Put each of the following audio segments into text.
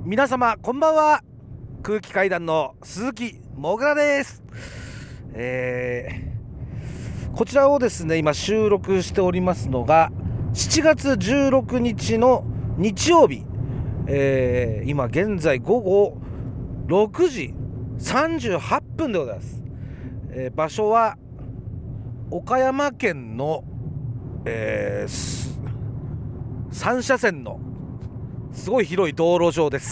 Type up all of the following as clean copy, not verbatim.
皆様こんばんは。空気階段の鈴木もぐらです。こちらをですね今収録しておりますのが7月16日の日曜日、今現在午後6時38分でございます。場所は岡山県の、3車線のすごい広い道路上です。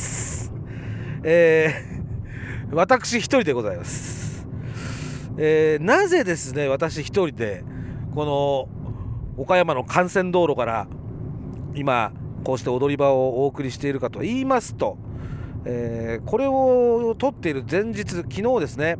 私一人でございます。なぜですね私一人でこの岡山の幹線道路から今こうして踊り場をお送りしているかと言いますと、これを撮っている前日、昨日ですね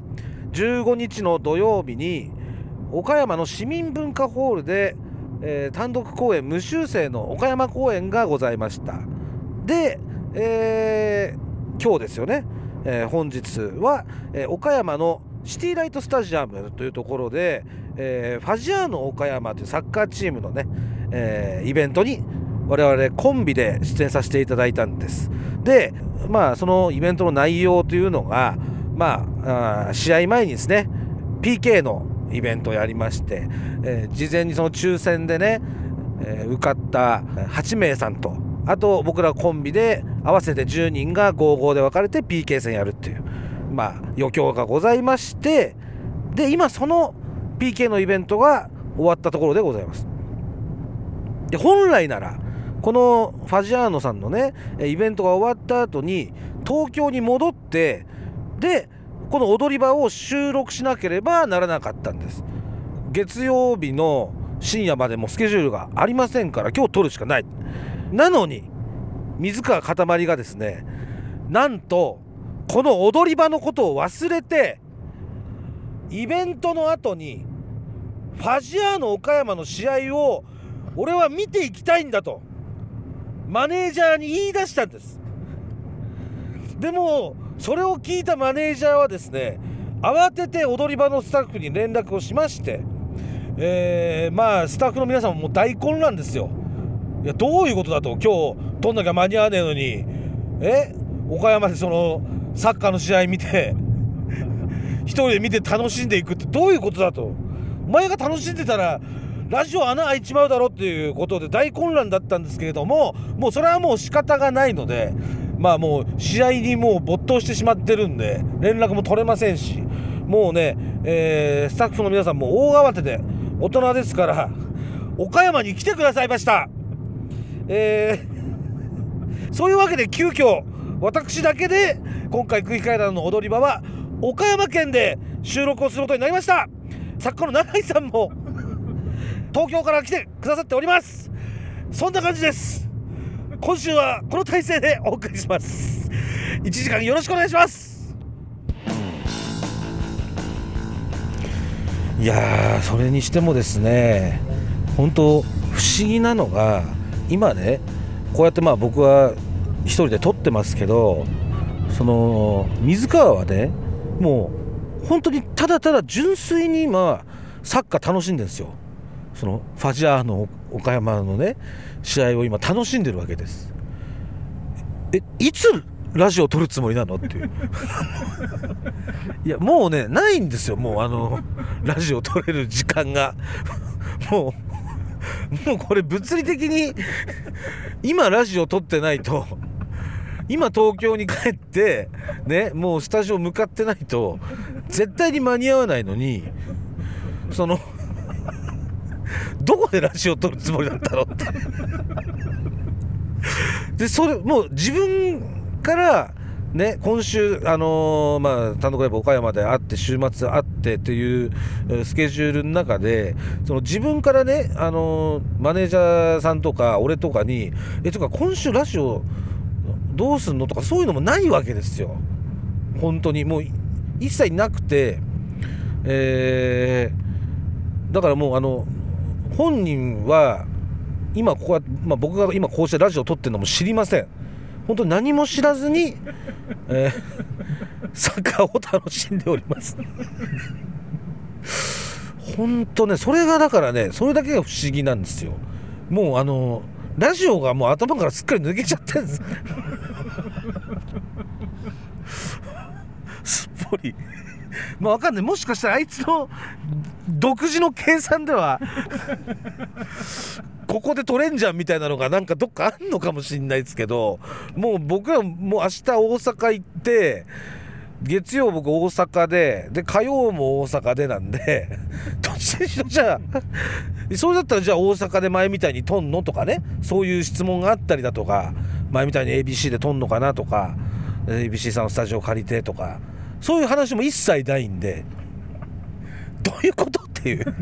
15日の土曜日に岡山の市民文化ホールで、単独公演無修正の岡山公演がございました。で、今日ですよね、本日は、岡山のシティライトスタジアムというところで、ファジアーノ岡山というサッカーチームのね、イベントに我々コンビで出演させていただいたんです。で、そのイベントの内容というのが、試合前にですね PK のイベントをやりまして、事前にその抽選でね、受かった8名さんと、あと僕らコンビで合わせて10人が5-5で分かれて PK 戦やるっていう余興がございまして、で今その PK のイベントが終わったところでございます。で本来ならこのファジアーノさんのねイベントが終わった後に東京に戻って、でこの踊り場を収録しなければならなかったんです。月曜日の深夜までもスケジュールがありませんから今日撮るしかない。なのに水川かたまりがですね、なんとこの踊り場のことを忘れてイベントの後にファジアーノ岡山の試合を俺は見ていきたいんだとマネージャーに言い出したんです。でもそれを聞いたマネージャーはですね、慌てて踊り場のスタッフに連絡をしまして、スタッフの皆さんももう大混乱ですよ。いやどういうことだと、今日撮んなきゃ間に合わねえのに岡山でそのサッカーの試合見て一人で見て楽しんでいくってどういうことだと、お前が楽しんでたらラジオ穴開いちまうだろっていうことで大混乱だったんですけれども、もうそれはもう仕方がないので、もう試合にもう没頭してしまってるんで連絡も取れませんし、もうね、スタッフの皆さんも大慌てで大人ですから岡山に来てくださいました。そういうわけで急遽私だけで今回空気階段の踊り場は岡山県で収録をすることになりました。作家の永井さんも東京から来てくださっております。そんな感じです。今週はこの体制でお送りします。1時間よろしくお願いします。いやー、それにしてもですね、本当不思議なのが今ねこうやって僕は一人で撮ってますけど、その水川はねもう本当にただただ純粋に今サッカー楽しんでるんですよ。そのファジアーノ岡山のね試合を今楽しんでるわけです。いつラジオ撮るつもりなのっていういやもうねないんですよ、もうラジオ撮れる時間がもうこれ物理的に今ラジオ撮ってないと、今東京に帰ってねもうスタジオ向かってないと絶対に間に合わないのに、そのどこでラジオ撮るつもりだったのってでそれもう自分からね今週単独ライブ岡山で会って週末会ってっていうスケジュールの中で、その自分からねマネージャーさんとか俺とかにとか今週ラジオどうすんのとかそういうのもないわけですよ。本当にもう一切なくて、だからもう本人は今ここは、僕が今こうしてラジオを撮ってるのも知りません。本当に何も知らずに、サッカーを楽しんでおります本当ね、それがだからねそれだけが不思議なんですよ。もうラジオがもう頭からすっかり抜けちゃってるんです人まあわかんない、もしかしたらあいつの独自の計算ではここで取れんじゃんみたいなのがなんかどっかあんのかもしんないですけど、もう僕らもう明日大阪行って、月曜僕大阪で火曜も大阪でなんでどっちにしろじゃあそれだったらじゃあ大阪で前みたいに撮んのとかね、そういう質問があったりだとか、前みたいに ABC で撮んのかなとか、 ABC さんのスタジオ借りてとか、そういう話も一切ないんで、どういうことっていう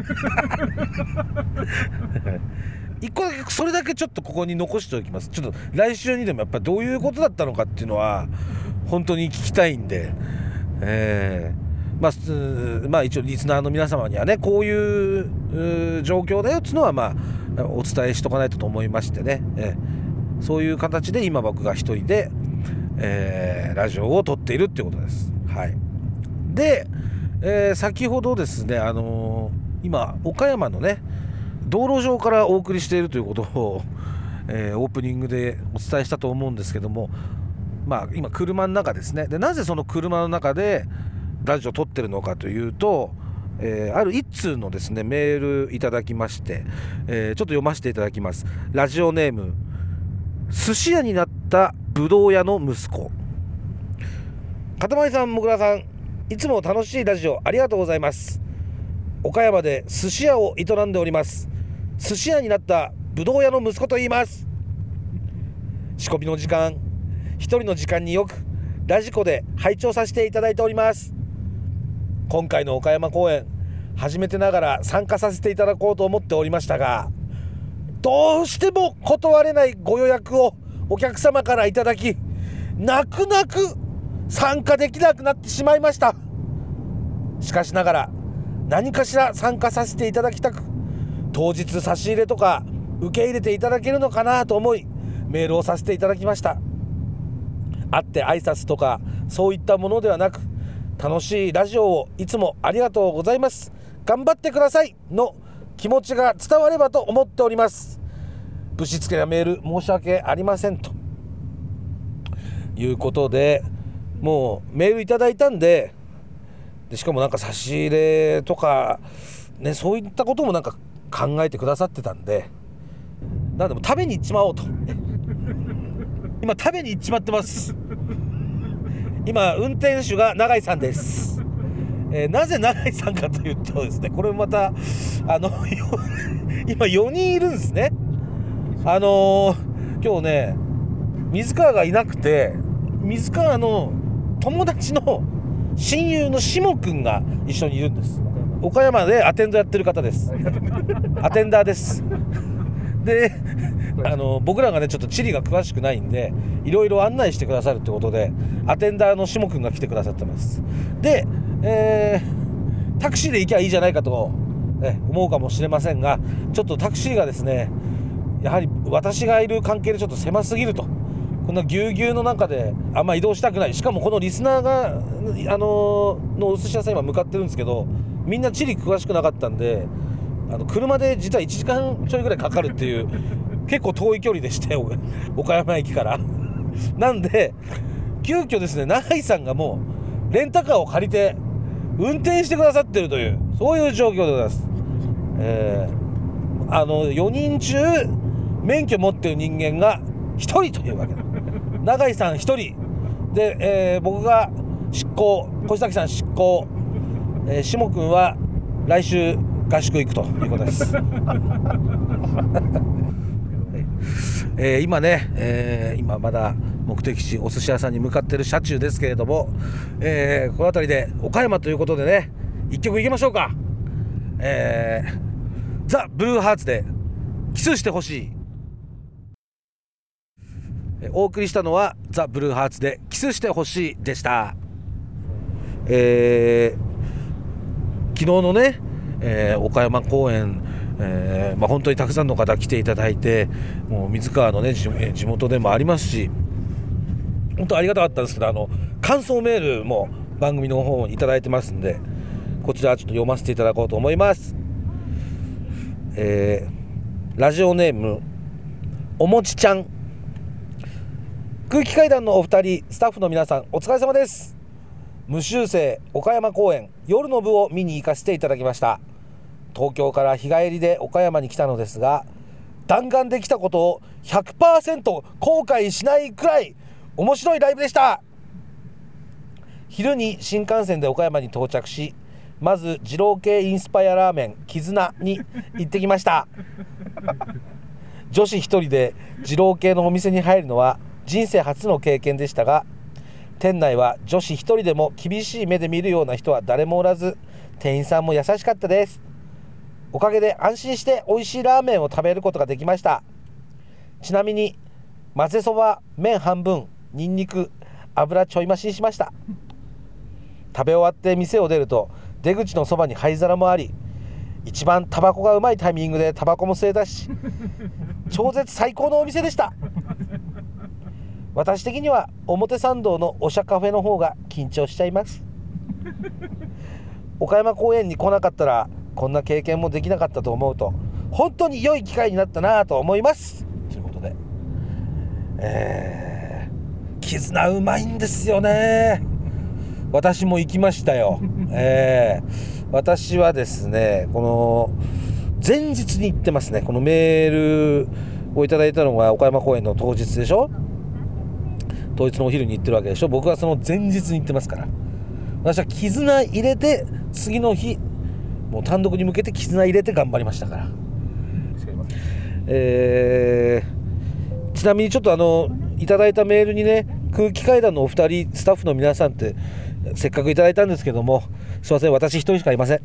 一個だけそれだけちょっとここに残しておきます。ちょっと来週にでもやっぱりどういうことだったのかっていうのは本当に聞きたいんで、まあ一応リスナーの皆様にはね、こういう状況だよっていうのはまあお伝えしとかないとと思いましてね、そういう形で今僕が一人で、ラジオを撮っているっていうことです。はい。で、先ほどですね、今岡山のね道路上からお送りしているということを、オープニングでお伝えしたと思うんですけども、まあ今車の中ですね。でなぜその車の中でラジオ撮ってるのかというと、ある一通のですねメールいただきまして、ちょっと読ませていただきます。ラジオネーム、寿司屋になったぶどう屋の息子。かたまりさん、もぐらさん、いつも楽しいラジオありがとうございます。岡山で寿司屋を営んでおります。寿司屋になったぶどう屋の息子と言います。仕込みの時間、一人の時間によくラジコで拝聴させていただいております。今回の岡山公演、初めてながら参加させていただこうと思っておりましたが、どうしても断れないご予約をお客様からいただき、泣く泣く参加できなくなってしまいました。しかしながら何かしら参加させていただきたく、当日差し入れとか受け入れていただけるのかなと思いメールをさせていただきました。会って挨拶とかそういったものではなく、楽しいラジオをいつもありがとうございます、頑張ってくださいの気持ちが伝わればと思っております。ぶしつけなメール申し訳ありませんということで、もうメールいただいたんで、しかもなんか差し入れとかね、そういったこともなんか考えてくださってたんで、なんでも食べに行っちまおうと今食べに行っちまってます。今運転手が永井さんです。なぜ永井さんかというとですね、これまた今4人いるんですね。今日ね水川がいなくて、水川の友達の親友の下くんが一緒にいるんです。岡山でアテンドやってる方です。アテンダーです。で僕らがねちょっと地理が詳しくないんで、いろいろ案内してくださるってことでアテンダーの下くんが来てくださってます。で、タクシーで行きゃいいじゃないかと、思うかもしれませんが、ちょっとタクシーがですね、やはり私がいる関係でちょっと狭すぎると、こんなぎゅうぎゅうの中であんま移動したくない。しかもこのリスナーがのお寿司屋さん今向かってるんですけど、みんな地理詳しくなかったんで、車で実は1時間ちょいぐらいかかるっていう結構遠い距離でして岡山駅からなんで急遽ですね、永井さんがもうレンタカーを借りて運転してくださってるという、そういう状況でございます。4人中免許持ってる人間が1人というわけで、永井さん1人で、僕が執行、小崎さん執行、下くんは来週合宿行くということです。今ね、今まだ目的地お寿司屋さんに向かってる車中ですけれども、この辺りで岡山ということでね、一曲いきましょうか。ザ・ブルーハーツでキスしてほしい。お送りしたのはザ・ブルーハーツでキスしてほしいでした。昨日のね、岡山公演、本当にたくさんの方来ていただいて、もう水川のね地元でもありますし、本当ありがたかったんですけど、感想メールも番組の方にいただいてますんで、こちらちょっと読ませていただこうと思います。ラジオネームおもちちゃん。空気階段のお二人、スタッフの皆さん、お疲れ様です。 無修正岡山公演夜の部を見に行かせていただきました。東京から日帰りで岡山に来たのですが、弾丸で来たことを 100% 後悔しないくらい面白いライブでした。昼に新幹線で岡山に到着し、まず二郎系インスパイアラーメン絆に行ってきました女子一人で二郎系のお店に入るのは人生初の経験でしたが、店内は女子一人でも厳しい目で見るような人は誰もおらず、店員さんも優しかったです。おかげで安心して美味しいラーメンを食べることができました。ちなみに混ぜそば麺半分、ニンニク油ちょい増しにしました。食べ終わって店を出ると出口のそばに灰皿もあり、一番タバコがうまいタイミングでタバコも吸えたし、超絶最高のお店でした。私的には表参道のおしゃカフェの方が緊張しちゃいます。岡山公園に来なかったらこんな経験もできなかったと思うと、本当に良い機会になったなと思いますということで、絆うまいんですよね。私も行きましたよ。私はですね、この前日に行ってますね。このメールをいただいたのが岡山公演の当日でしょ。当日のお昼に行ってるわけでしょ。僕はその前日に行ってますから。私は絆入れて、次の日もう単独に向けて絆入れて頑張りましたから。ちなみにちょっといただいたメールにね、空気階段のお二人スタッフの皆さんってせっかくいただいたんですけども、すいません、私一人しかいません。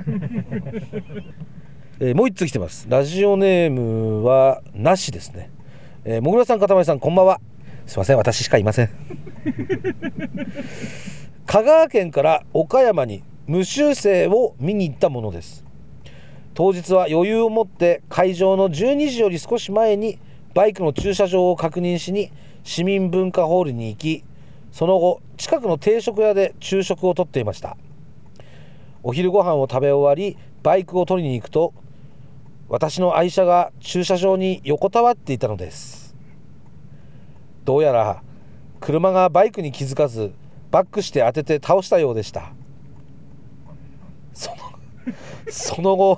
もう一通来てます。ラジオネームはなしですね。もぐらさん、かたまりさん、こんばんは。すいません、私しかいません。香川県から岡山に無修正を見に行ったものです。当日は余裕を持って会場の12時より少し前にバイクの駐車場を確認しに市民文化ホールに行き、その後近くの定食屋で昼食をとっていました。お昼ご飯を食べ終わりバイクを取りに行くと、私の愛車が駐車場に横たわっていたのです。どうやら車がバイクに気づかずバックして当てて倒したようでした。その後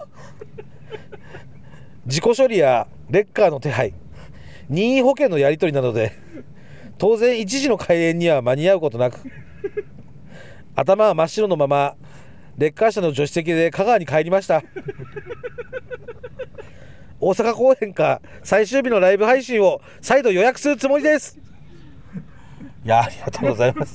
事故処理やレッカーの手配、任意保険のやり取りなどで当然一時の開園には間に合うことなく、頭は真っ白のままレッカー車の助手席で香川に帰りました。大阪公演か最終日のライブ配信を再度予約するつもりです。いや、ありがとうございます。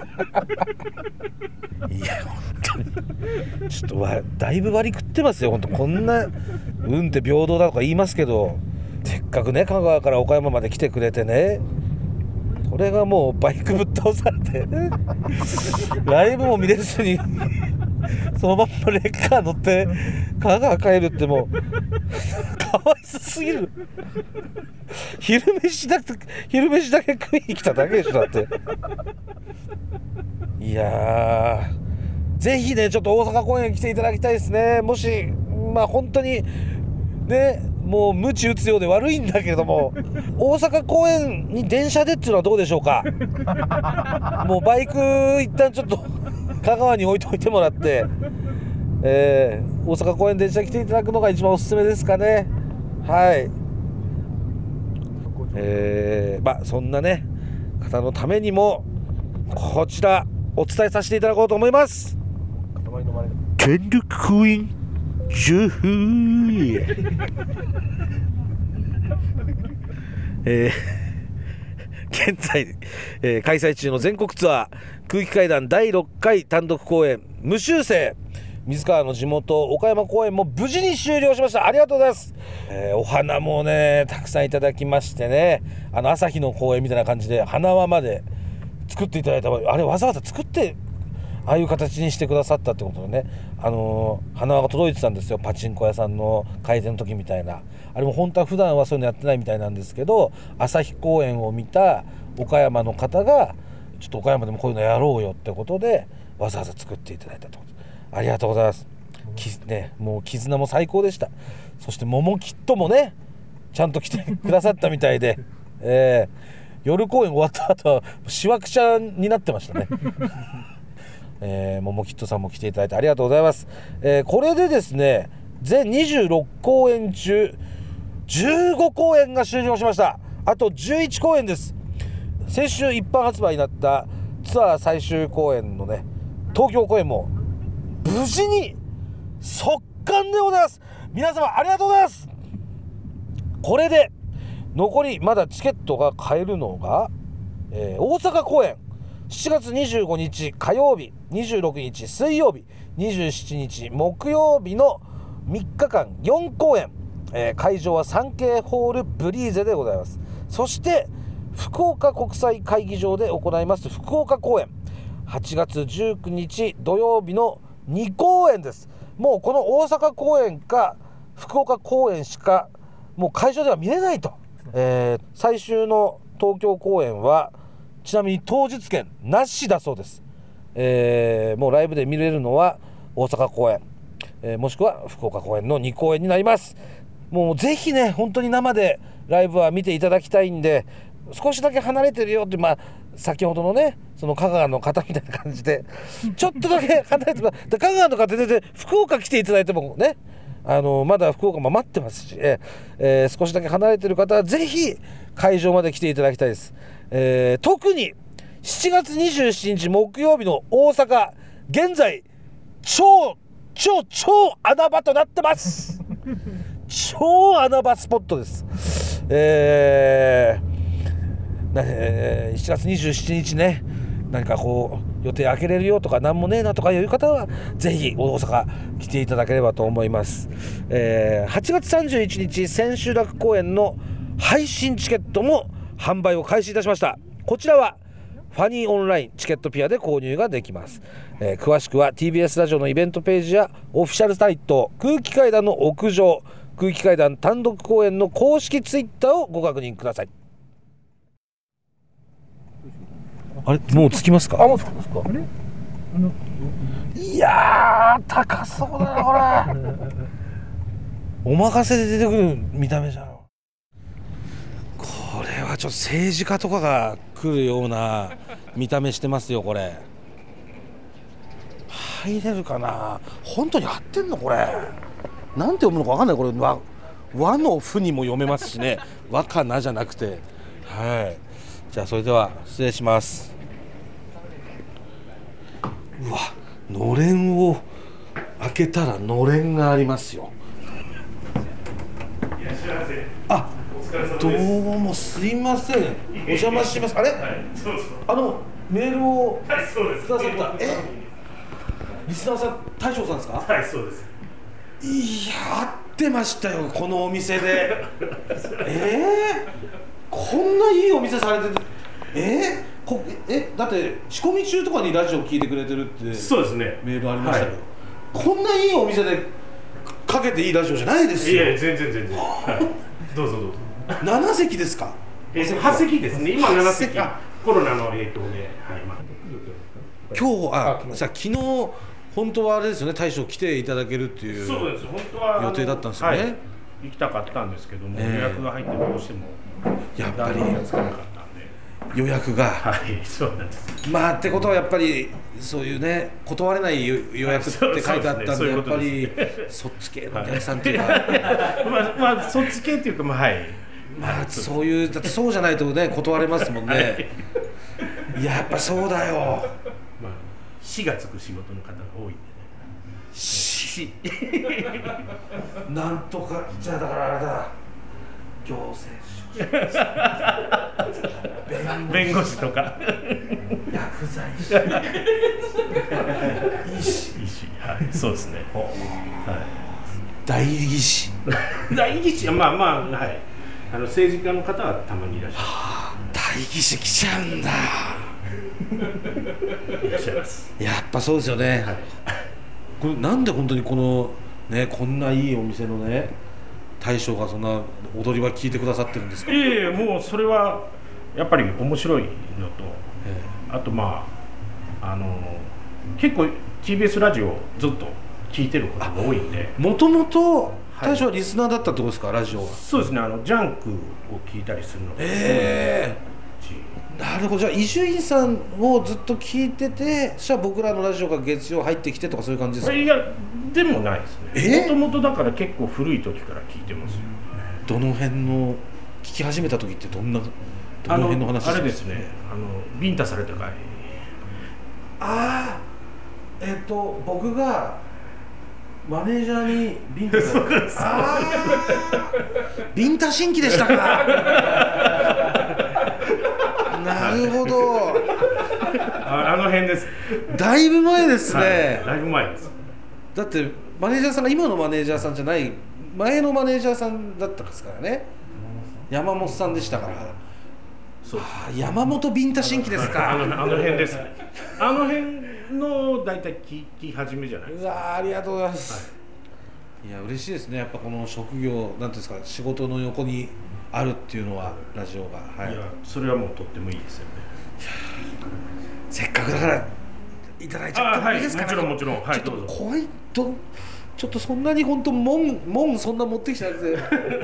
いや本当にちょっとだいぶ割り食ってますよ。本当こんな運って平等だとか言いますけど、せっかくね香川から岡山まで来てくれてね、これがもうバイクぶっ倒されてライブも見れずにそのまんまレッカー乗って香川帰るって、もうかわいそすぎる。昼飯だけ食いに来ただけでしょ。だっていやぜひねちょっと大阪公演来ていただきたいですね。もし本当にねもう鞭打つようで悪いんだけども、大阪公演に電車でっていうのはどうでしょうか。もうバイク一旦ちょっと香川に置いといてもらって、大阪公演電車来ていただくのが一番おすすめですかね。はい。そんなね方のためにもこちらお伝えさせていただこうと思います。権力クイーン情報現在、開催中の全国ツアー空気階段第6回単独公演無修正、水川の地元岡山公演も無事に終了しました。ありがとうございます。お花もねたくさんいただきましてね、朝日の公園みたいな感じで花輪まで作っていただいた、あれわざわざ作ってああいう形にしてくださったってことでね、花輪が届いてたんですよ。パチンコ屋さんの開店の時みたいな。あれも本当は普段はそういうのやってないみたいなんですけど、朝日公演を見た岡山の方がちょっと岡山でもこういうのやろうよってことでわざわざ作っていただいたってこと。ありがとうございます。もう絆も最高でした。そして桃キットもねちゃんと来てくださったみたいで、夜公演終わった後はしわくちゃになってましたね。 モモキットさんも来ていただいてありがとうございます。これでですね全26公演中15公演が終了しました。あと11公演です。先週一般発売になったツアー最終公演のね東京公演も無事に速乾でございます。皆様ありがとうございます。これで残りまだチケットが買えるのが、大阪公演7月25日火曜日、26日水曜日、27日木曜日の3日間4公演、会場はサンケイホールブリーゼでございます。そして福岡国際会議場で行います福岡公演8月19日土曜日の2公演です。もうこの大阪公演か福岡公演しかもう会場では見れないと、最終の東京公演はちなみに当日券なしだそうです。もうライブで見れるのは大阪公演、もしくは福岡公演の2公演になります。もうぜひね本当に生でライブは見ていただきたいんで、少しだけ離れてるよって、先ほどのねその香川の方みたいな感じでちょっとだけ離れて香川の方で福岡来ていただいてもねまだ福岡も待ってますし、少しだけ離れてる方はぜひ会場まで来ていただきたいです。特に7月27日木曜日の大阪現在超穴場となってます超穴場スポットです。7月27日ね何かこう予定開けれるよとかなんもねえなとかいう方はぜひ大阪来ていただければと思います。8月31日千秋楽公演の配信チケットも販売を開始いたしました。こちらはファニーオンラインチケットピアで購入ができます。詳しくは TBS ラジオのイベントページやオフィシャルサイト空気階段の屋上空気階段単独公演の公式ツイッターをご確認ください。あれもう着きますか？もう着きますか？いやー高そうだなこれお任せで出てくる見た目じゃん。これはちょっと政治家とかが来るような見た目してますよ。これ入れるかな。本当に合ってんのこれ。なんて読むのか分かんない。これ和のふにも読めますしね和かなじゃなくて。はい、じゃあそれでは失礼します。うわ、のれんを開けたらのれんがありますよ。あ、どうもすいません、お邪魔します。あれ、はい、メールをくださった、リスナーさん大将さんですか？ はい、そうです。 いや、合ってましたよこのお店でこんないいお店されてて、だって仕込み中とかにラジオ聞いてくれてるってそうですね、 メールありましたけど、はい、こんないいお店でかけていいラジオじゃないですよ。 いや全然、はい、どうぞ 7席ですか ？8席ですね。今7席、コロナの影響で、はい、 今日昨日本当はあれですよね、大将来ていただけるっていうそうです。本当は予定だったんですよね、はい、 行きたかったんですけども、予約が入ってどうしてもやっぱりつかなかったんで予約がそうなんです。 ってことはやっぱりそういうね断れない予約って書いてあったんで、やっぱりそっち系のお客さんっていうかそっち系っていうかそういうだってそうじゃないとね断れますもんねやっぱそうだよ。 死がつく仕事の方が多いんでね。 死なんとかじゃあだからあれだ、行政弁護士とか薬剤師医師、はい、そうですね、はい、 代議士代議士ははい、政治家の方はたまにいらっしゃる、 代議士来ちゃうんだいらっしゃいます。 やっぱそうですよね、はい、これなんで本当にこのねこんないいお店のね大将がそんな踊り場聞いてくださってるんですか？ もうそれはやっぱり面白いのと、あと結構 TBS ラジオずっと聞いてることが多いんで。 もともと大将はリスナーだったってことですか？ラジオは。 そうですね、ジャンクを聞いたりするので、 なるほど。じゃあ伊集院さんをずっと聞いてて、そしたら僕らのラジオが月曜入ってきてとかそういう感じですか？ いやでもないですね。もともとだから結構古い時から聞いてますよ。 どの辺の聞き始めた時ってどの辺の話あれですね、ビンタされた回。 ああ、僕がマネージャーにビンタされた。ああ、ビンタ新規でしたか。なるほど。 あの辺です。 だいぶ前ですね、 はい、だいぶ前です。 だってマネージャーさんが今のマネージャーさんじゃない前のマネージャーさんだったですからね。山本さんでしたから。 そうです。 山本ビンタ新規ですか。 あの辺ですね。あの辺のだいたい聞き始めじゃないですか。 うわ、ありがとうございます、はい、いや嬉しいですね。やっぱこの職業なんていうんですか、仕事の横にあるっていうのはラジオが、はい、いやそれはもうとってもいいですよね。 せっかくだからいただいちゃってもいいですかね。 もちろん、はい、 ちょっと怖いと、ちょっとそんなに本当門そんな持ってきてなくて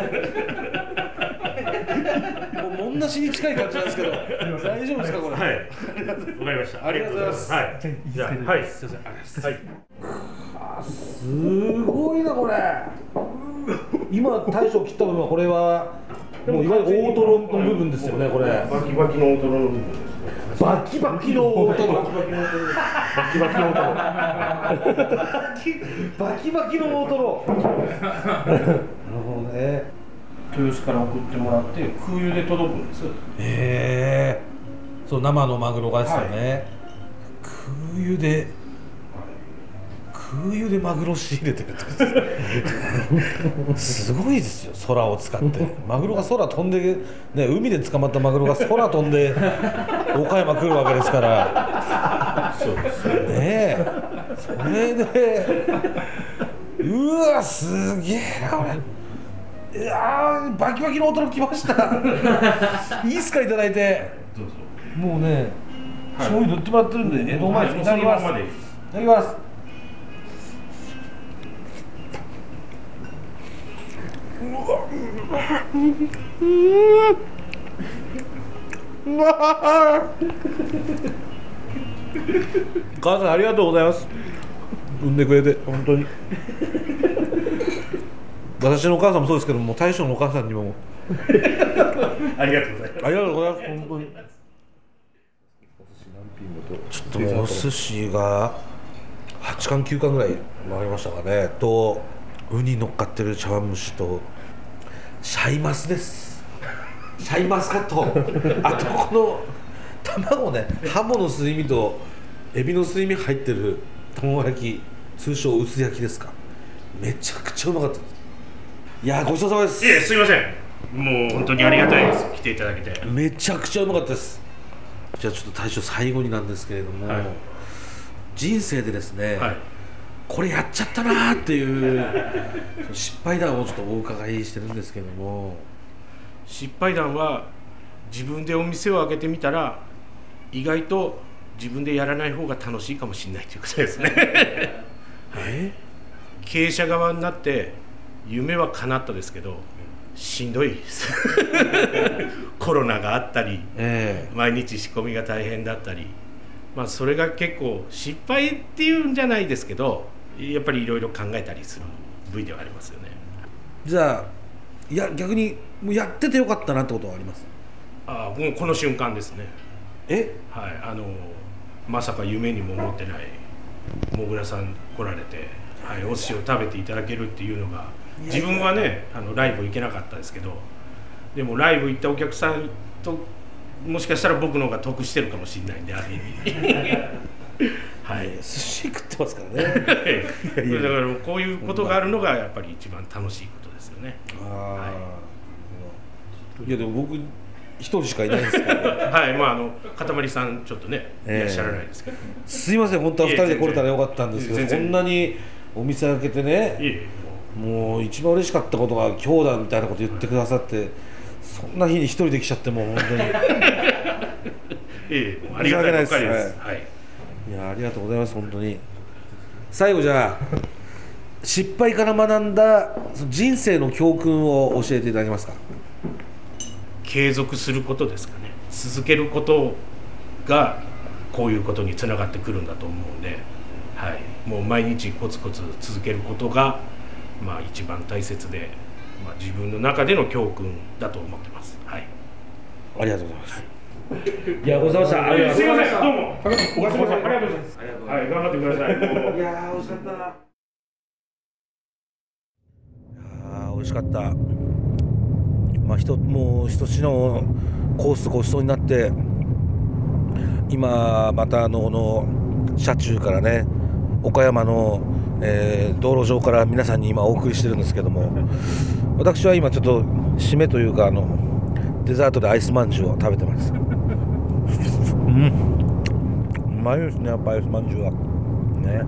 もう門なしに近い感じなんですけど大丈夫ですかこれ。はい、わかりました。 ありがとうございます。はい、 じゃあ、はい、すいません、ありがとうございます。はい、 すごいなこれ。今大将切った部分はこれはもういわゆる大トロの部分ですよね。これバキバキの大トロの部分ですね。 バキバキの大トロ、 バキバキの大トロ、バキバキの大トロ、 バキバキの大トロ。なるほどね。 豊洲から送ってもらって空輸で届くんです。 そう生のマグロがですよね、はい、空輸でマグロ仕入れてるってすごいですよ。空を使ってマグロが空飛んで、ね、海で捕まったマグロが空飛んで岡山来るわけですから。 そうですね。それでうわすげえなこれ。いやバキバキの驚きましたいいっすか、いただいて。 どうぞ。 もうね、はい、醤油塗ってもらってるんで江戸前です。いただきます。いただきます。うわ母さんありがとうございます。産んでくれて本当に私のお母さんもそうですけども、大将のお母さんにもありがとうございます。 ありがとうございます本当に。ちょっともうお寿司が8貫9貫ぐらい回りましたかね。とウニ乗っかってる茶碗蒸しとシャイマスです。シャイマスカットあとこの卵ね、ハモのすり身とエビのすり身入ってる卵焼き、通称薄焼きですか。めちゃくちゃうまかったです。いやごちそうさまです。 いえ、すいません。もう本当にありがたいです。来ていただけて。 めちゃくちゃうまかったです。じゃあちょっと大将最後になんですけれども、はい、人生でですね、はい、これやっちゃったなーっていう失敗談をちょっとお伺いしてるんですけども。 失敗談は自分でお店を開けてみたら意外と自分でやらない方が楽しいかもしれないということですね経営者側になって夢は叶ったですけどしんどいですコロナがあったり、毎日仕込みが大変だったり、まあ、それが結構失敗っていうんじゃないですけど、やっぱりいろいろ考えたりする部位ではありますよね。 じゃあいや逆にもうやっててよかったなってことはあります？ もうこの瞬間ですね。はい、まさか夢にも思ってないもぐらさん来られて、はい、お寿司を食べていただけるっていうのが、自分はねライブ行けなかったですけど、でもライブ行ったお客さんともしかしたら僕の方が得してるかもしれないんで、ある意味はい、 寿司食ってますからねだからこういうことがあるのがやっぱり一番楽しいことですよね。 いやでも僕一人しかいないんですけどはい、まあかたまりさんちょっとね、いらっしゃらないですけど、 すいません本当は2人で来れたらよかったんですけど、こんなにお店開けてね、もう一番嬉しかったことが今日だみたいなこと言ってくださって、そんな日に一人で来ちゃってもう本当にありがたいばっかりです。 いやありがとうございます本当に。最後じゃあ失敗から学んだ人生の教訓を教えていただけますか？ 継続することですかね。 続けることがこういうことにつながってくるんだと思うんで、はい、もう毎日コツコツ続けることが、一番大切で、自分の中での教訓だと思ってます。はい、 ありがとうございます。いや、ごちそうさまでした。 すいません、どうも。お疲れ様です。ありがとうございます。はい、頑張ってください。 いやー、美味しかった。美味しかった。もう一品のコースごちそうになって、今また車中からね、岡山の、道路上から皆さんに今お送りしてるんですけども、私は今ちょっと締めというかデザートでアイスまんじゅうを食べてます。うまいですね、やっぱアイスまんじゅうはね。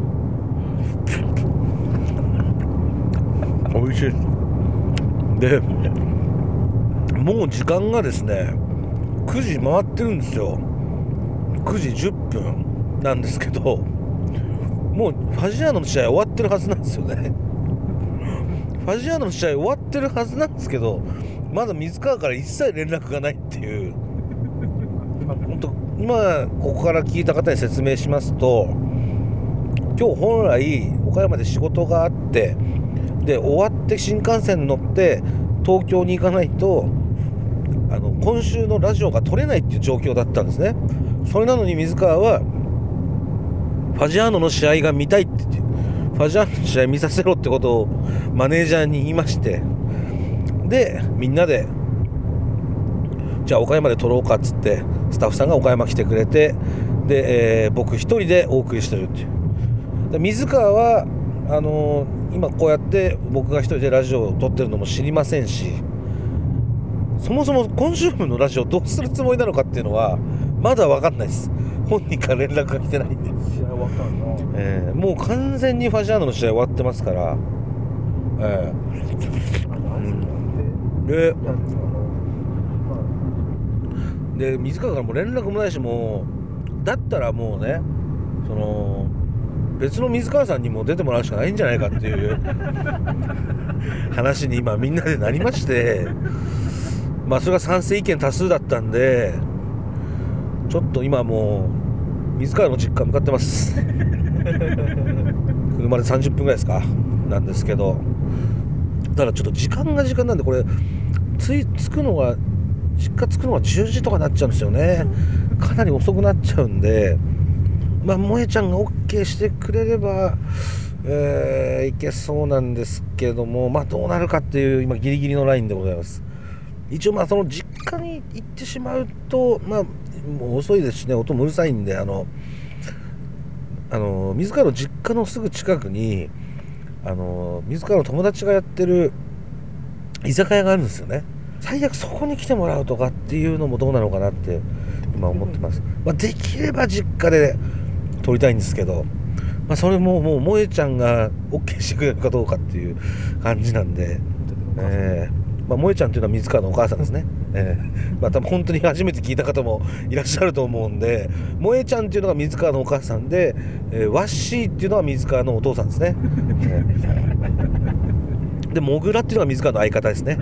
美味しいで、もう時間がですね9時回ってるんですよ。9時10分なんですけど、もうファジアーノの試合終わってるはずなんですよね。ファジアーノの試合終わってるはずなんですけど、まだ水川から一切連絡がないっていう。本当、今ここから聞いた方に説明しますと、今日本来岡山で仕事があって、で終わって新幹線に乗って東京に行かないと今週のラジオが撮れないっていう状況だったんですね。それなのに水川はファジアーノの試合が見たいって言って、ファジアーノの試合見させろってことをマネージャーに言いまして、でみんなでじゃあ岡山で撮ろうかっつってスタッフさんが岡山来てくれて、で、僕一人でお送りしてるっていう。で水川は今こうやって僕が一人でラジオを撮ってるのも知りませんし、そもそも今週分のラジオどうするつもりなのかっていうのはまだ分かんないです。本人から連絡が来てないんで、もう完全にファジアーノの試合終わってますから、で水川からも連絡もないし、もうだったらもうね、別の水川さんにも出てもらうしかないんじゃないかっていう話に今みんなでなりまして、それが賛成意見多数だったんで、ちょっと今もう水川の実家向かってます。車で30分ぐらいですかなんですけど、ただちょっと時間が時間なんで、これ実家着くのが10時とかになっちゃうんですよね。かなり遅くなっちゃうんで、萌ちゃんが OK してくれれば、いけそうなんですけども、どうなるかっていう今ギリギリのラインでございます。一応その実家に行ってしまうともう遅いですしね、音もうるさいんで、水川の実家のすぐ近くに水川の友達がやってる居酒屋があるんですよね。最悪そこに来てもらうとかっていうのもどうなのかなって今思ってます。できれば実家で撮りたいんですけど、それももう萌ちゃんが OK してくれるかどうかっていう感じなんで、萌ちゃんというのは水川のお母さんですね。多分本当に初めて聞いた方もいらっしゃると思うんで、萌ちゃんというのが水川のお母さんで、ワッシーっていうのは水川のお父さんですね。でモグラっていうのが水川の相方ですね。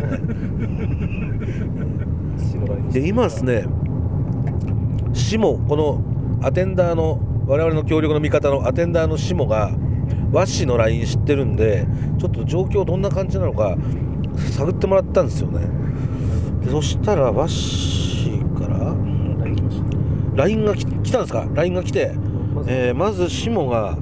で今ですね、下このアテンダーの我々の協力の味方のアテンダーの下がワッシーの LINE 知ってるんで、ちょっと状況どんな感じなのか探ってもらったんですよね。でそしたらワッシーから LINE が来たんですか。 LINE が来て、まず下が、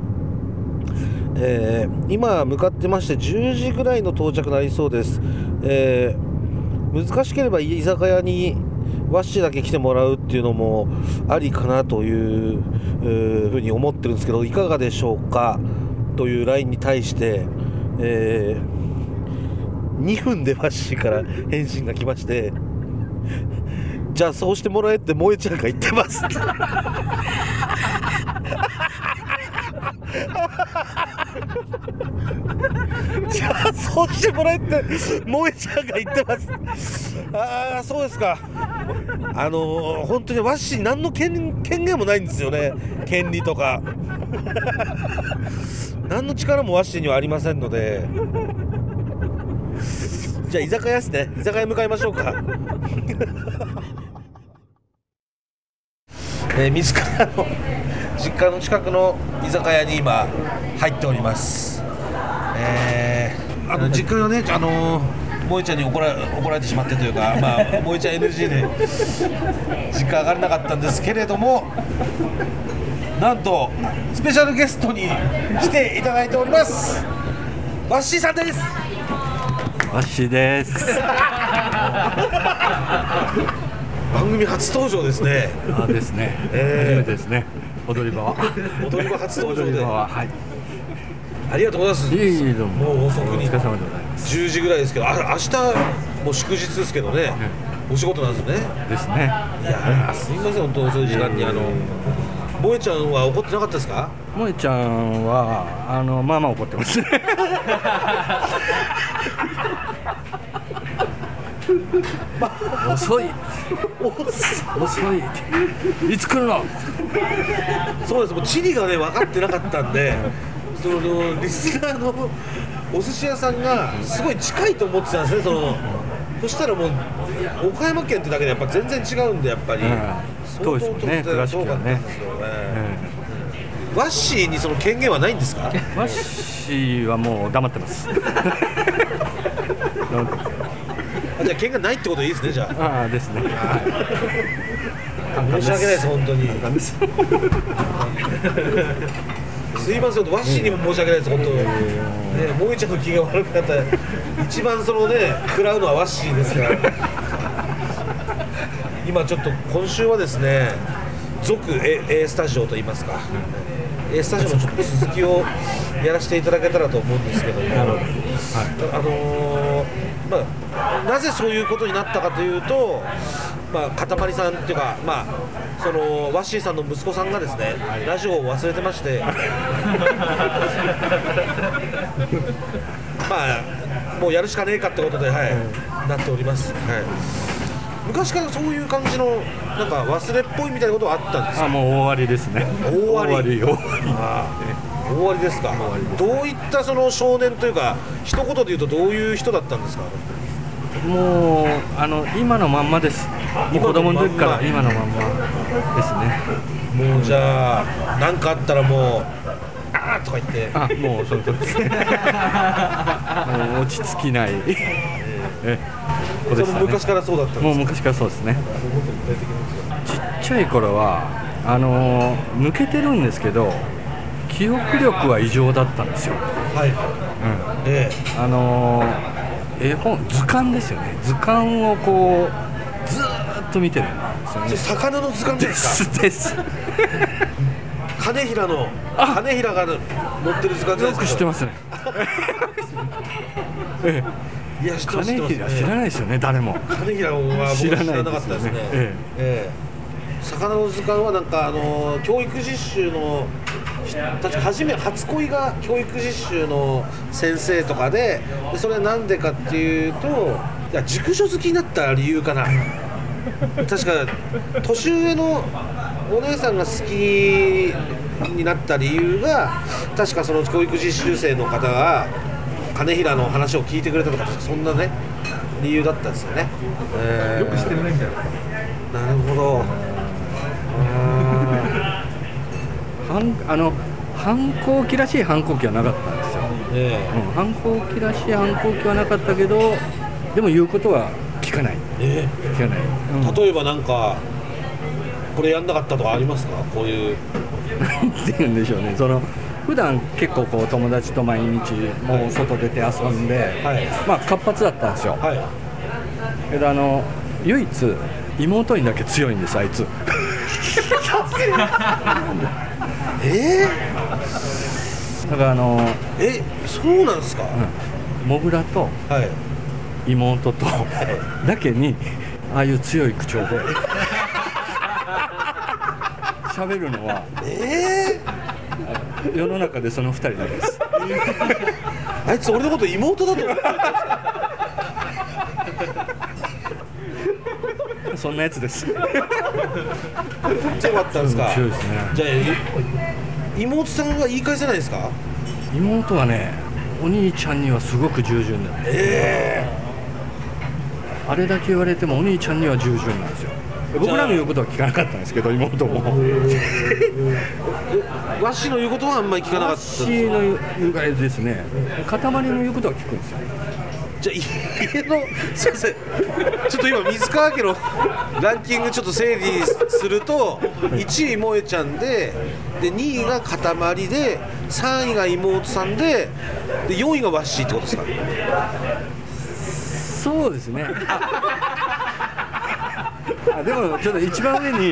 今向かってまして10時ぐらいの到着になりそうです。難しければ居酒屋にワッシーだけ来てもらうっていうのもありかなというふうに思ってるんですけど、いかがでしょうかという LINE に対して、2分でワッシーから返信が来まして、じゃあそうしてもらえって萌ちゃんが言ってますじゃあそうしてもらえって萌ちゃんが言ってます。ああそうですか。本当にワッシー何の権限もないんですよね。権利とか何の力もワッシーにはありませんので、じゃあ居酒屋ですね。居酒屋向かいましょうか自らの実家の近くの居酒屋に今入っております。実家のね、萌ちゃんに怒られてしまってというか、萌ちゃん NG で実家上がれなかったんですけれども、なんとスペシャルゲストに来ていただいております。ワッシーさんです。 ワッシーです。 番組初登場ですね。 ですね。初めてですね。踊り場は。 踊り場初登場で。 はい。 ありがとうございます。 どうも。 もう遅くに。 お疲れ様でございます。 10時ぐらいですけど、明日もう祝日ですけどね。お仕事なんですよね。 ですね。 いやすみません、本当遅い時間に萌ちゃんは怒ってなかったですか？ 萌ちゃんはまあまあ怒ってますね。遅いいつ来るの。 そうです。もう地理がね分かってなかったんで、そのリスナーのお寿司屋さんがすごい近いと思ってたんですね。そしたらもう岡山県ってだけでやっぱ全然違うんで、やっぱりそうですよね。倉敷はね。 ワッシーにその権限はないんですか？ ワッシーはもう黙ってます。 じゃあ権限ないってことでいいですね。じゃあですね。 申し訳ないです、本当に。すいません、ワッシーにも申し訳ないです、本当。萌ちゃんの気が悪くなったら一番食らうのはワッシーですから。今ちょっと今週はですね、続 A スタジオといいますか、A スタジオのちょっと続きをやらせていただけたらと思うんですけども、なぜそういうことになったかというと、かたまりさんっていうか、ワッシーさんの息子さんがですね、ラジオを忘れてまして、もうやるしかねえかってことで、なっております。昔からそういう感じのなんか忘れっぽいみたいなことはあったんですか？ もう終わりですね。 終わりですか。どういったその少年というか、一言で言うとどういう人だったんですか？ もう今のまんまです。もう子供の時から今のまんまですね。 もうじゃあ何かあったらもうとか言って、 もうその時ですね。もう落ち着きない。 その昔からそうだったんですか？ もう昔からそうですね。ちっちゃい頃は抜けてるんですけど、記憶力は異常だったんですよ。絵本、図鑑ですよね。図鑑をこうずーっと見てるんですよね。 魚の図鑑ですか？ です金平が載ってる図鑑ですか？ よく知ってますね。 いや、 金平知らないですよね、誰も。 金平は知らなかったですね。魚の図鑑はなんか教育実習の確か初恋が教育実習の先生とかで、それはなんでかっていうと、塾書好きになった理由かな。確か年上のお姉さんが好きになった理由が、確かその教育実習生の方が金平の話を聞いてくれたとか、そんなね理由だったんですよね。 よく知ってるねみたいな。 なるほど。 反抗期らしい反抗期はなかったんですよ。反抗期らしい反抗期はなかったけど、でも言うことは聞かない。聞かない。 例えばなんかこれやんなかったとかありますか？こういうなんて言うんでしょうね。普段結構こう友達と毎日もう外出て遊んで、活発だったんですよ。けど唯一妹にだけ強いんです、あいつ。だからそうなんですか？ モグラと妹とだけにああいう強い口調で喋るのは、世の中でその2人だけです。 あいつ俺のこと妹だと思ってた。そんなやつです。 強かったんですか？ 強いですね。 じゃあ妹さんは言い返せないですか？ 妹はね、お兄ちゃんにはすごく従順だ。あれだけ言われてもお兄ちゃんには従順なんですよ。 僕らの言うことは聞かなかったんですけど、妹もわしの言うことはあんまり聞かなかった。わしの言うがですね、塊の言うことは聞くんですよ。 じゃあ家のすいません、ちょっと今水川家のランキングちょっと整理すると、1位萌えちゃんで2位が塊で3位が妹さんで4位がワッシーってことですか？ そうですね。でもちょっと一番上に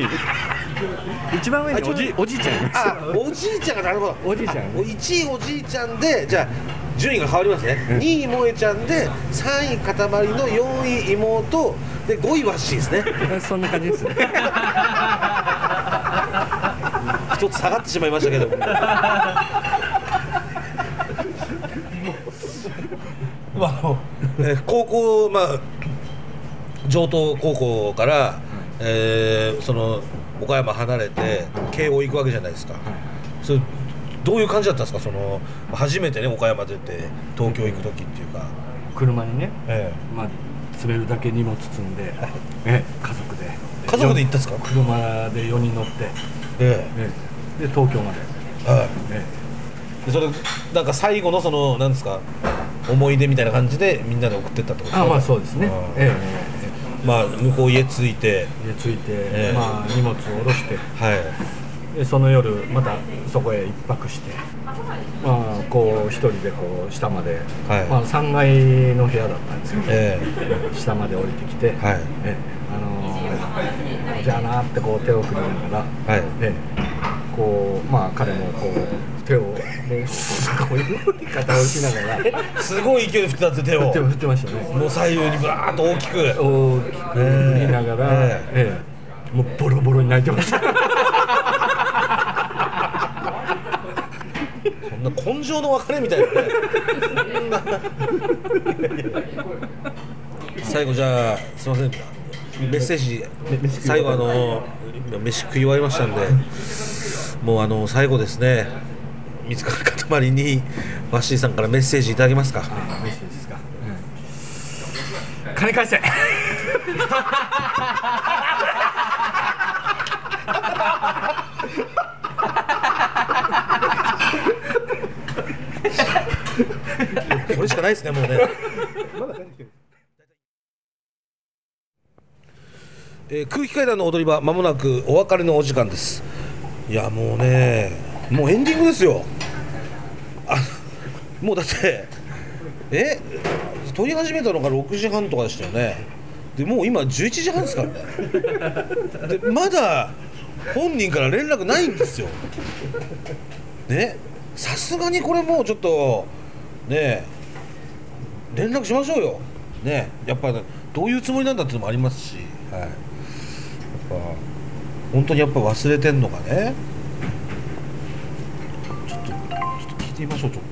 おじいちゃんいます。 おじいちゃんが、なるほど、 おじいちゃん 1位おじいちゃんで、じゃあ順位が変わりますね。2位萌えちゃんで3位塊の4位妹で5位ワッシーですね。 そんな感じですね。 一つ下がってしまいましたけども高校、城東高校から、その岡山離れて慶応行くわけじゃないですか。それどういう感じだったんですか？その初めてね、岡山出て東京行く時っていうか、 車にね、詰めるだけ荷物積んで、家族で行ったんですか？ 車で4人乗って、で東京まで、 でそれなんか最後のそのなんですか、思い出みたいな感じでみんなで送ってったってことですか？ そうですね。 向こう家着いて、 荷物を下ろして、でその夜またそこへ一泊して、こう一人でこう下まで、3階の部屋だったんですけど、下まで降りてきて、じゃあなってこう手を振りながら、こう彼もこう手をもうすごい肩を打ちながらすごい勢いで振ってたって、手を振ってましたね。 もう左右にバーッと大きく振りながら、もうボロボロに泣いてました。 そんな根性の別れみたいなね。最後じゃあすいません、メッセージ、最後飯食い終わりましたんで、もう最後ですね、水川かたまりにワッシーさんからメッセージいただけますか？ メッセージですか？金返せ。 それしかないですね、もうね。空気階段の踊り場、まもなくお別れのお時間です。いやもうね、もうエンディングですよ。もうだって撮り始めたのが6時半とかでしたよね。でもう今11時半ですからね。でまだ本人から連絡ないんですよね。さすがにこれもうちょっとね連絡しましょうよね。やっぱどういうつもりなんだっていうのもありますし、やっぱ本当にやっぱ忘れてんのかね。ちょっと聞いてみましょう。ちょっと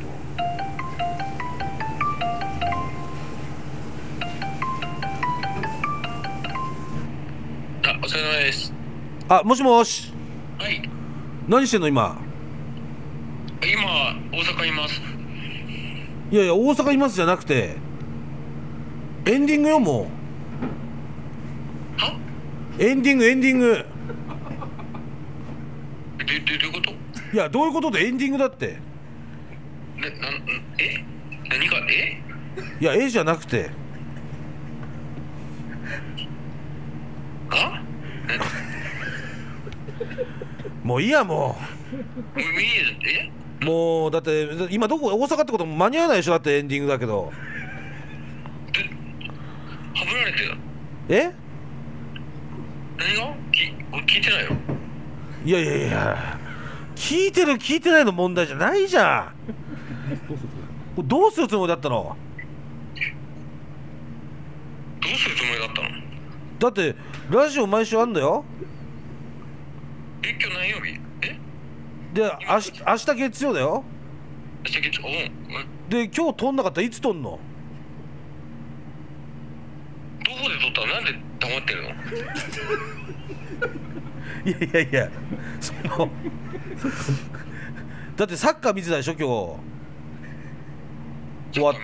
お疲れ様です。 もしもし。 はい。 何してんの今？ 大阪います。 いやいや、大阪いますじゃなくてエンディングよ。もうエンディング。 どういうこと？ いや、どういうことでエンディングだって。 何がいや、じゃなくてもういいや、もうだって今どこ、大阪ってことも間に合わないでしょ。だってエンディングだけど。 はぶられてる。何が？聞いてないよ。 いや聞いてる聞いてないの問題じゃないじゃん。どうするつもりだったの？ どうするつもりだったの？ だってラジオ毎週あんだよ。 今日何曜日？ で明日月曜だよ。 明日月曜。 で今日撮んなかったらいつ撮んの？ どこで撮ったの？なんで黙ってるの？ いやだってサッカー見てたでしょ今日終わって。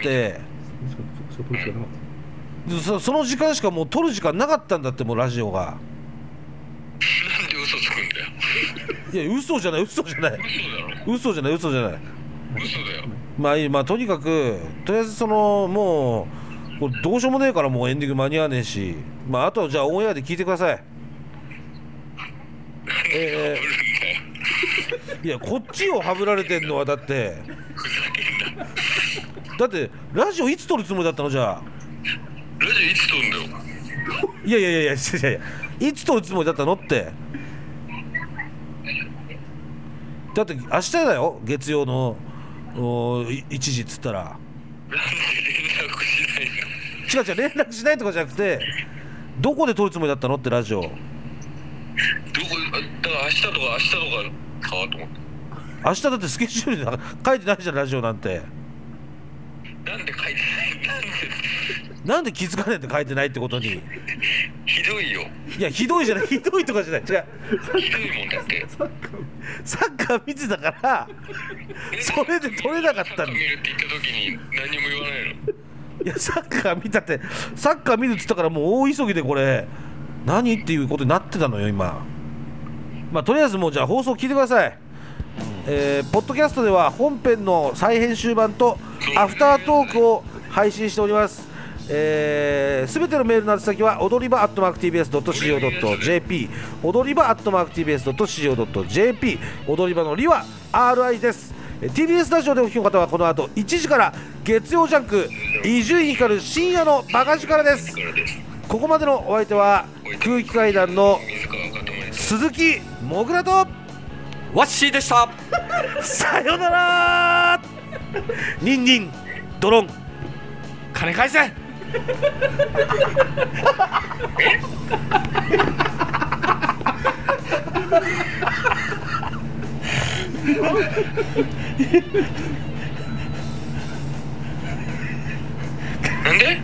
その時間しかもう撮る時間なかったんだって。もうラジオがいや嘘じゃない嘘だろ。 嘘じゃない嘘だよ。 まあいい、まあとにかくとりあえずそのもうこれどうしようもねえからもうエンディング間に合わねえし、まああとはじゃあオンエアで聞いてください。いやこっちをはぶられてんのはだってラジオいつ撮るつもりだったの？じゃあラジオいつ撮るんだよ。 いやいつ撮るつもりだったのって。だって明日だよ、月曜の1時っつったら。 なんで連絡しないの？ 違う連絡しないとかじゃなくて、どこで撮るつもりだったのってラジオ。 だから明日とかかと思って。 明日だってスケジュールに書いてないじゃん、ラジオなんて。 なんで書いてない？ なんで気づかねえって書いてないってことに。 ひどいよ。 いやひどいじゃない、ひどいとかじゃない、違う。 ひどいもんだって。 サッカー見てたからそれで撮れなかったんだ。 見るって言った時に何にも言わないの？ いやサッカー見たって、サッカー見るっつったからもう大急ぎでこれ何っていうことになってたのよ今。まあとりあえずもうじゃあ放送聞いてください。ポッドキャストでは本編の再編集版とアフタートークを配信しております。すべてのメールの宛先は踊り場 @tbs.co.jp 踊り場 @tbs.co.jp 踊り場のりは RI です。TBS ラジオでお聞きの方はこの後1時から月曜ジャンク伊集院光る深夜のバカ力です。ここまでのお相手は空気階段の鈴木もぐらとワッシーでした。 さよならニンニンドロン金返せなんで？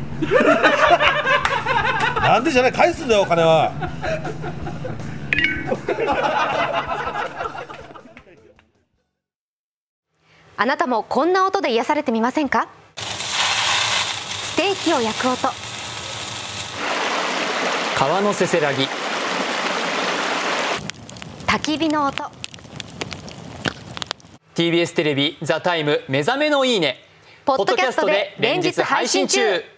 なんでじゃない、返すんだよ金は。 あなたもこんな音で癒されてみませんか？ステーキを焼く音、 川のせせらぎ、 焚き火の音。 TBS テレビザタイム目覚めのいいねポッドキャストで連日配信中。